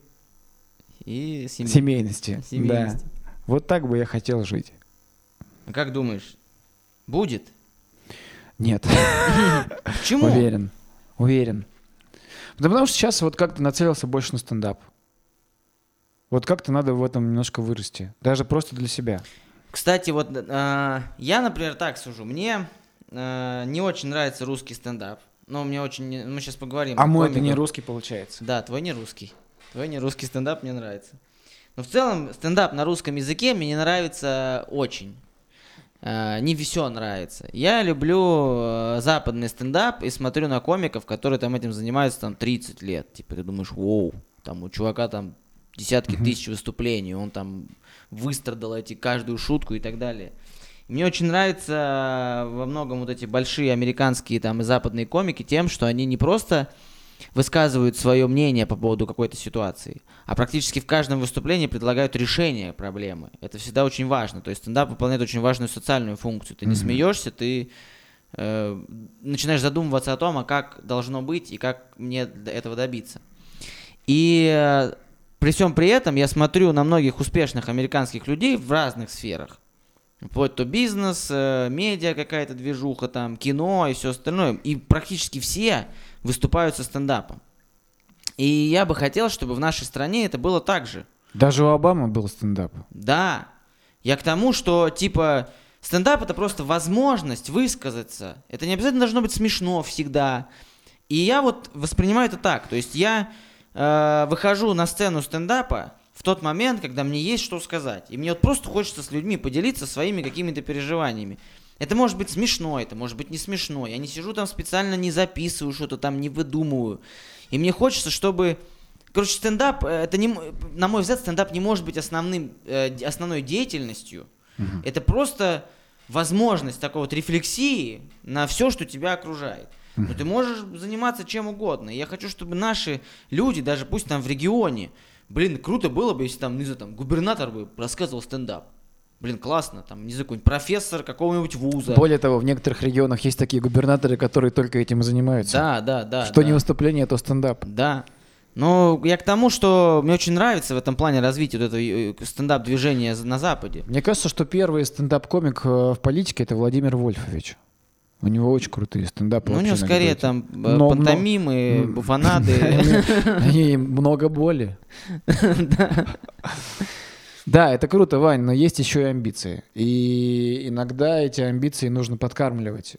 семейности. Да. Вот так бы я хотел жить. А как думаешь, будет? Нет. Почему? Уверен. Да потому что сейчас вот как-то нацелился больше на стендап. Вот как-то надо в этом немножко вырасти. Даже просто для себя. Кстати, вот я, например, так сужу. Мне не очень нравится русский стендап. Но мне очень... Мы сейчас поговорим. А мой это не русский получается. Да, твой не русский. Твой не русский стендап мне нравится. Но в целом стендап на русском языке мне не нравится очень. Не все нравится. Я люблю западный стендап и смотрю на комиков, которые там этим занимаются там 30 лет. Типа ты думаешь, воу, там у чувака там десятки тысяч выступлений, он там выстрадал каждую шутку и так далее. Мне очень нравятся во многом вот эти большие американские там и западные комики тем, что они не просто высказывают свое мнение по поводу какой-то ситуации, а практически в каждом выступлении предлагают решение проблемы. Это всегда очень важно. То есть стендап выполняет очень важную социальную функцию. Ты не смеешься, ты начинаешь задумываться о том, а как должно быть и как мне этого добиться. И при всем при этом я смотрю на многих успешных американских людей в разных сферах. Вплоть то бизнес, медиа какая-то движуха, там, кино и все остальное. И практически все выступают со стендапом. И я бы хотел, чтобы в нашей стране это было так же. Даже у Обамы был стендап. Да. Я к тому, что, типа, стендап — это просто возможность высказаться. Это не обязательно должно быть смешно всегда. И я вот воспринимаю это так. То есть я выхожу на сцену стендапа в тот момент, когда мне есть что сказать. И мне вот просто хочется с людьми поделиться своими какими-то переживаниями. Это может быть смешно, это может быть не смешно. Я не сижу там специально, не записываю что-то там, не выдумываю. И мне хочется, чтобы... Короче, стендап, это не... на мой взгляд, стендап не может быть основной деятельностью. Это просто возможность такой вот рефлексии на все, что тебя окружает. Но ты можешь заниматься чем угодно. И я хочу, чтобы наши люди, даже пусть там в регионе, круто было бы, если там, не знаю, там губернатор бы рассказывал стендап. Классно, там, не знаю, какой-нибудь профессор какого-нибудь вуза. Более того, в некоторых регионах есть такие губернаторы, которые только этим и занимаются. Да. Что не выступление, то стендап. Да. Но я к тому, что мне очень нравится в этом плане развитие вот этого стендап-движения на Западе. Мне кажется, что первый стендап-комик в политике — это Владимир Вольфович. У него очень крутые стендапы. У него скорее там пантомимы, буфонады. И много боли. Да, это круто, Вань, но есть еще и амбиции. И иногда эти амбиции нужно подкармливать.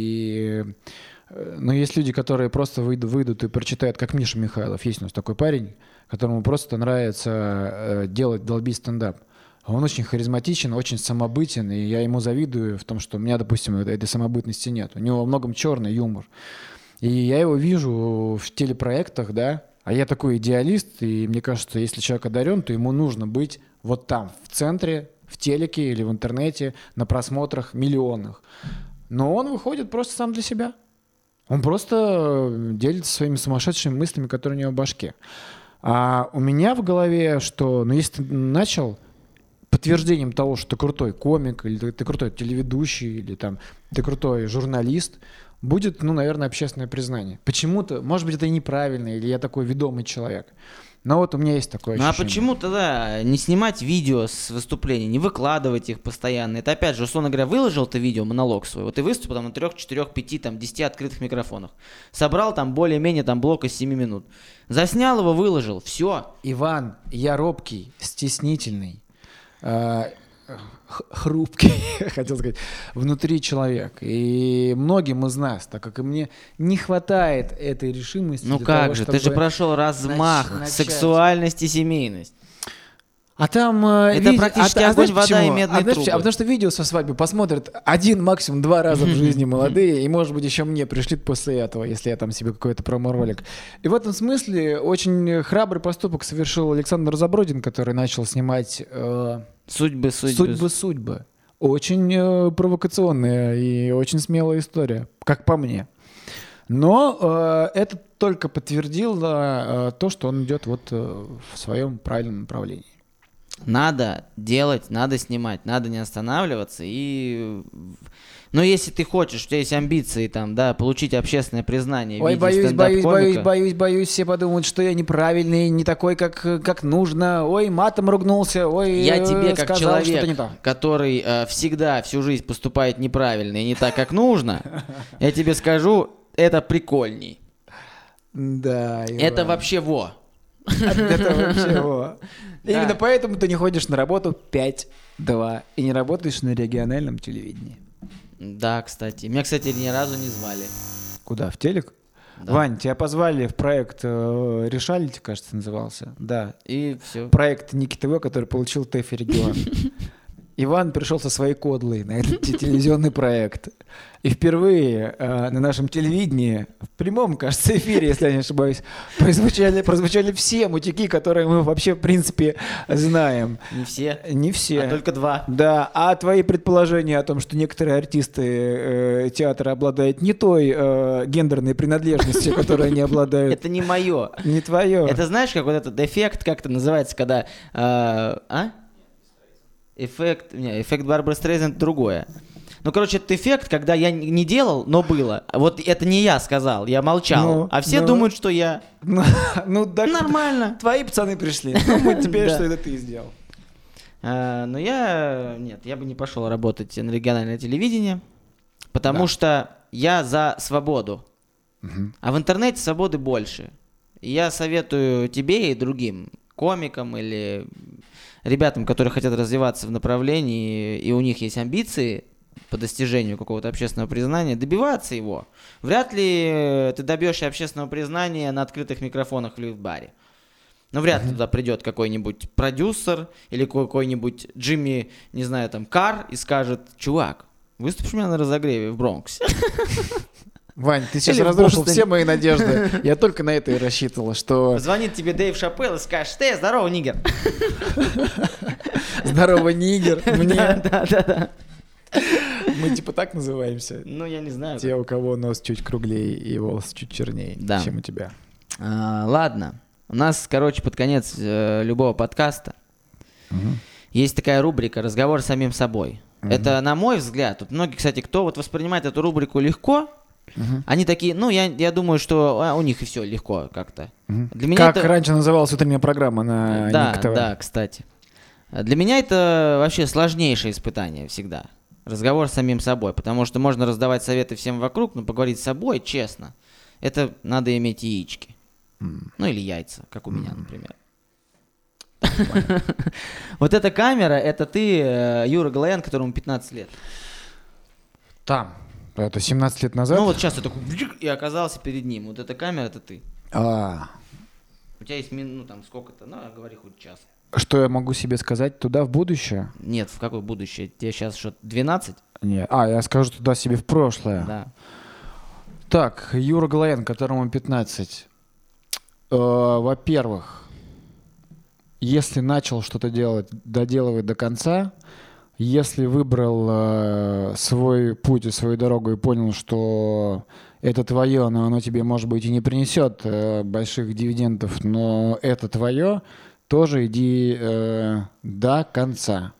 Но есть люди, которые просто выйдут и прочитают, как Миша Михайлов. Есть у нас такой парень, которому просто нравится долбить стендап. Он очень харизматичен, очень самобытен, и я ему завидую в том, что у меня, допустим, этой самобытности нет. У него во многом черный юмор. И я его вижу в телепроектах, да, а я такой идеалист, и мне кажется, если человек одарен, то ему нужно быть вот там, в центре, в телеке или в интернете, на просмотрах миллионных. Но он выходит просто сам для себя. Он просто делится своими сумасшедшими мыслями, которые у него в башке. А у меня в голове, что, ну, если ты начал подтверждением того, что ты крутой комик, или ты крутой телеведущий, или там ты крутой журналист, будет, ну, наверное, общественное признание. Почему-то, может быть, это и неправильно, или я такой ведомый человек. Но вот у меня есть такое ощущение. Ну а почему тогда не снимать видео с выступлений, не выкладывать их постоянно? Это опять же, условно говоря, выложил ты видео, монолог свой, вот ты выступил там на 3, 4, 5, там, 10 открытых микрофонах. Собрал там более-менее там блок из 7 минут. Заснял его, выложил, все. Иван, я робкий, стеснительный, хрупкий, хотел сказать, внутри человек. И многим из нас, так как и мне, не хватает этой решимости. Ну как того, же, ты же прошел размах, сексуальность и семейность. А там... Это практически огонь, вода и медные трубы. Потому что видео со свадьбы посмотрят 1, максимум 2 раза в жизни молодые, и, может быть, еще мне пришлют после этого, если я там себе какой-то промо-ролик. И в этом смысле очень храбрый поступок совершил Александр Забродин, который начал снимать... Судьбы. Очень провокационная и очень смелая история, как по мне. Но это только подтвердило то, что он идет вот в своем правильном направлении. Надо делать, надо снимать, надо не останавливаться. И... Но если ты хочешь, у тебя есть амбиции там, да, получить общественное признание. Ой, боюсь, все подумают, что я неправильный, не такой, как нужно. Ой, матом ругнулся, ой, я тебе как сказал, человек, который всегда всю жизнь поступает неправильно и не так, как нужно, я тебе скажу, это прикольней. Да, Иван. Это вообще во. Это вообще во. Именно поэтому ты не ходишь на работу 5-2 и не работаешь на региональном телевидении. Да, кстати. Меня, кстати, ни разу не звали. Куда? В телек? Да. Вань, тебя позвали в проект «Решалити», кажется, назывался. Да. И все. Проект Ники ТВ, который получил ТЭФ регион. Иван пришел со своей кодлой на этот телевизионный проект. И впервые на нашем телевидении, в прямом, кажется, эфире, если я не ошибаюсь, прозвучали все мутики, которые мы вообще, в принципе, знаем. Не все? Не все. А только 2. Да, а твои предположения о том, что некоторые артисты театра обладают не той гендерной принадлежностью, которой они обладают. Это не мое. Не твое. Это знаешь, как вот этот эффект, как это называется, когда... Эффект Барбары Стрейзанд другое. Ну, короче, это эффект, когда я не делал, но было. Вот это не я сказал, я молчал. А все думают, что я... Ну, да. Нормально. Твои пацаны пришли. Думают теперь, что это ты сделал. Но я бы не пошел работать на региональное телевидение, потому что я за свободу. А в интернете свободы больше. И я советую тебе и другим комикам или... ребятам, которые хотят развиваться в направлении, и у них есть амбиции по достижению какого-то общественного признания, добиваться его. Вряд ли ты добьешься общественного признания на открытых микрофонах в лифт-баре. Но вряд ли туда придет какой-нибудь продюсер или какой-нибудь Джимми, не знаю, там, Карр и скажет: чувак, выступишь у меня на разогреве в Бронксе. Вань, ты сейчас разрушил все мои надежды. Я только на это и рассчитывал, что... Звонит тебе Дэйв Шапелл и скажет: ты, здорово, нигер. Здорово, нигер. Мне... Да. Мы типа так называемся? Ну, я не знаю. Те, у кого нос чуть круглее и волосы чуть чернее, чем у тебя. Ладно. У нас, короче, под конец любого подкаста есть такая рубрика «Разговор с самим собой». Это, на мой взгляд, тут многие, кстати, кто вот воспринимает эту рубрику легко, они такие, ну, я думаю, что у них и все легко как-то. Для меня как раньше называлась утренняя программа на Ник ТВ. Да, кстати. Для меня это вообще сложнейшее испытание всегда. Разговор с самим собой, потому что можно раздавать советы всем вокруг, но поговорить с собой, честно, это надо иметь яички. Ну, или яйца, как у меня, например. Вот эта камера, это ты, Юра Галаян, которому 15 лет. Там. Это 17 лет назад? Ну вот сейчас я такой и оказался перед ним. Вот эта камера, это ты. У тебя есть, ну там сколько-то, ну говори хоть час. Что я могу себе сказать туда в будущее? Нет, в какое будущее? Тебе сейчас что, 12? Нет. Я скажу туда себе в прошлое. Да. Так, Юра Галаян, которому 15. Во-первых, если начал что-то делать, доделывай до конца. Если выбрал свой путь и свою дорогу и понял, что это твое, но оно тебе, может быть, и не принесет больших дивидендов, но это твое, тоже иди до конца.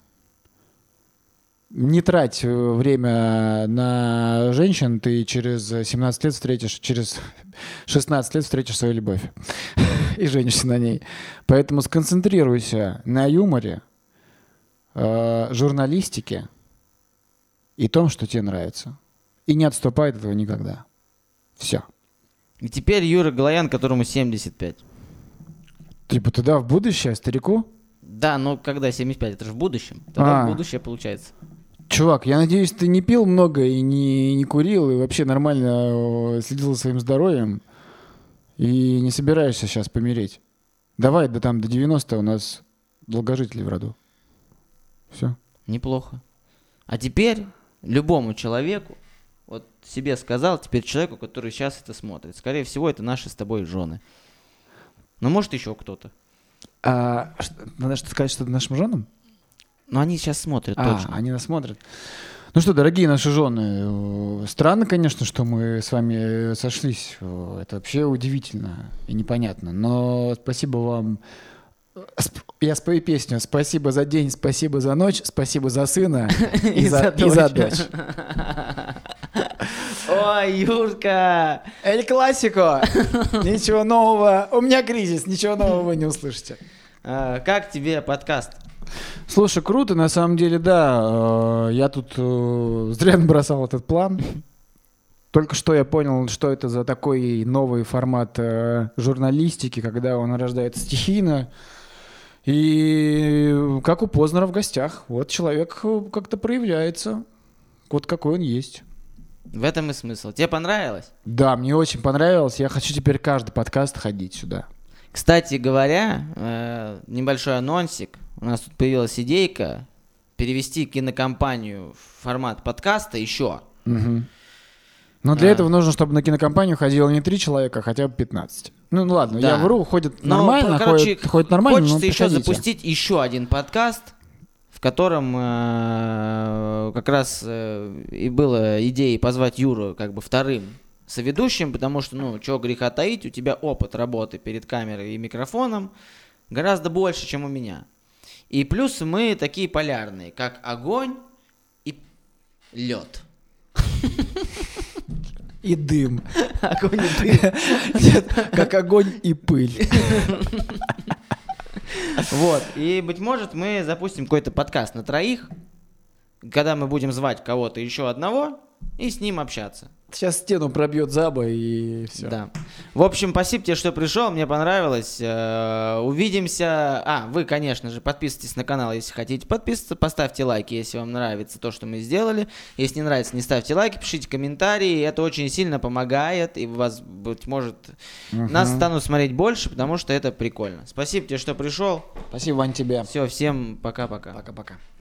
Не трать время на женщин, ты через 17 лет встретишь, через 16 лет встретишь свою любовь и женишься на ней. Поэтому сконцентрируйся на юморе, журналистике и том, что тебе нравится. И не отступай от этого никогда. Все. И теперь Юра Галаян, которому 75. Типа туда в будущее, старику? Да, но когда 75, это же в будущем. Тогда в будущее получается. Чувак, я надеюсь, ты не пил много и не курил, и вообще нормально следил за своим здоровьем, и не собираешься сейчас помереть. Давай до 90 у нас долгожители в роду. Все. Неплохо. А теперь любому человеку, вот себе сказал, теперь человеку, который сейчас это смотрит, скорее всего, это наши с тобой жены. Но может еще кто-то. Надо что сказать что-то нашим женам? Но они сейчас смотрят точно. Они нас смотрят. Ну что, дорогие наши жены, странно, конечно, что мы с вами сошлись. Это вообще удивительно и непонятно. Но спасибо вам. Я спою песню. Спасибо за день, спасибо за ночь, спасибо за сына и за дочь. Ой, Юрка! Эль Классико! Ничего нового. У меня кризис, ничего нового вы не услышите. Как тебе подкаст? Слушай, круто, на самом деле, да. Я тут зря набросал этот план. Только что я понял, что это за такой новый формат журналистики, когда он рождается стихийно. И как у Познера в гостях. Вот человек как-то проявляется. Вот какой он есть. В этом и смысл. Тебе понравилось? Да, мне очень понравилось. Я хочу теперь каждый подкаст ходить сюда. Кстати говоря, небольшой анонсик. У нас тут появилась идейка перевести кинокомпанию в формат подкаста еще. Угу. Но для этого нужно, чтобы на кинокомпанию ходило не 3 человека, а хотя бы 15. Ну ладно, да. Я вру, ходит нормально, ходит нормально. Хочется еще запустить еще один подкаст, в котором как раз и была идея позвать Юру как бы вторым соведущим, потому что, ну, чего греха таить, у тебя опыт работы перед камерой и микрофоном гораздо больше, чем у меня. И плюс мы такие полярные, как огонь и лед. И дым. Огонь и дым. Нет, как огонь и пыль. Вот. И, быть может, мы запустим какой-то подкаст на 3, когда мы будем звать кого-то еще одного и с ним общаться. Сейчас стену пробьет Заба и все. Да. В общем, спасибо тебе, что пришел, мне понравилось. Увидимся. Вы, конечно же, подписывайтесь на канал, если хотите подписываться. Поставьте лайки, если вам нравится то, что мы сделали. Если не нравится, не ставьте лайки, пишите комментарии. Это очень сильно помогает. И вас, быть может, нас станут смотреть больше, потому что это прикольно. Спасибо тебе, что пришел. Спасибо, Вань, тебе. Все, всем пока-пока. Пока-пока.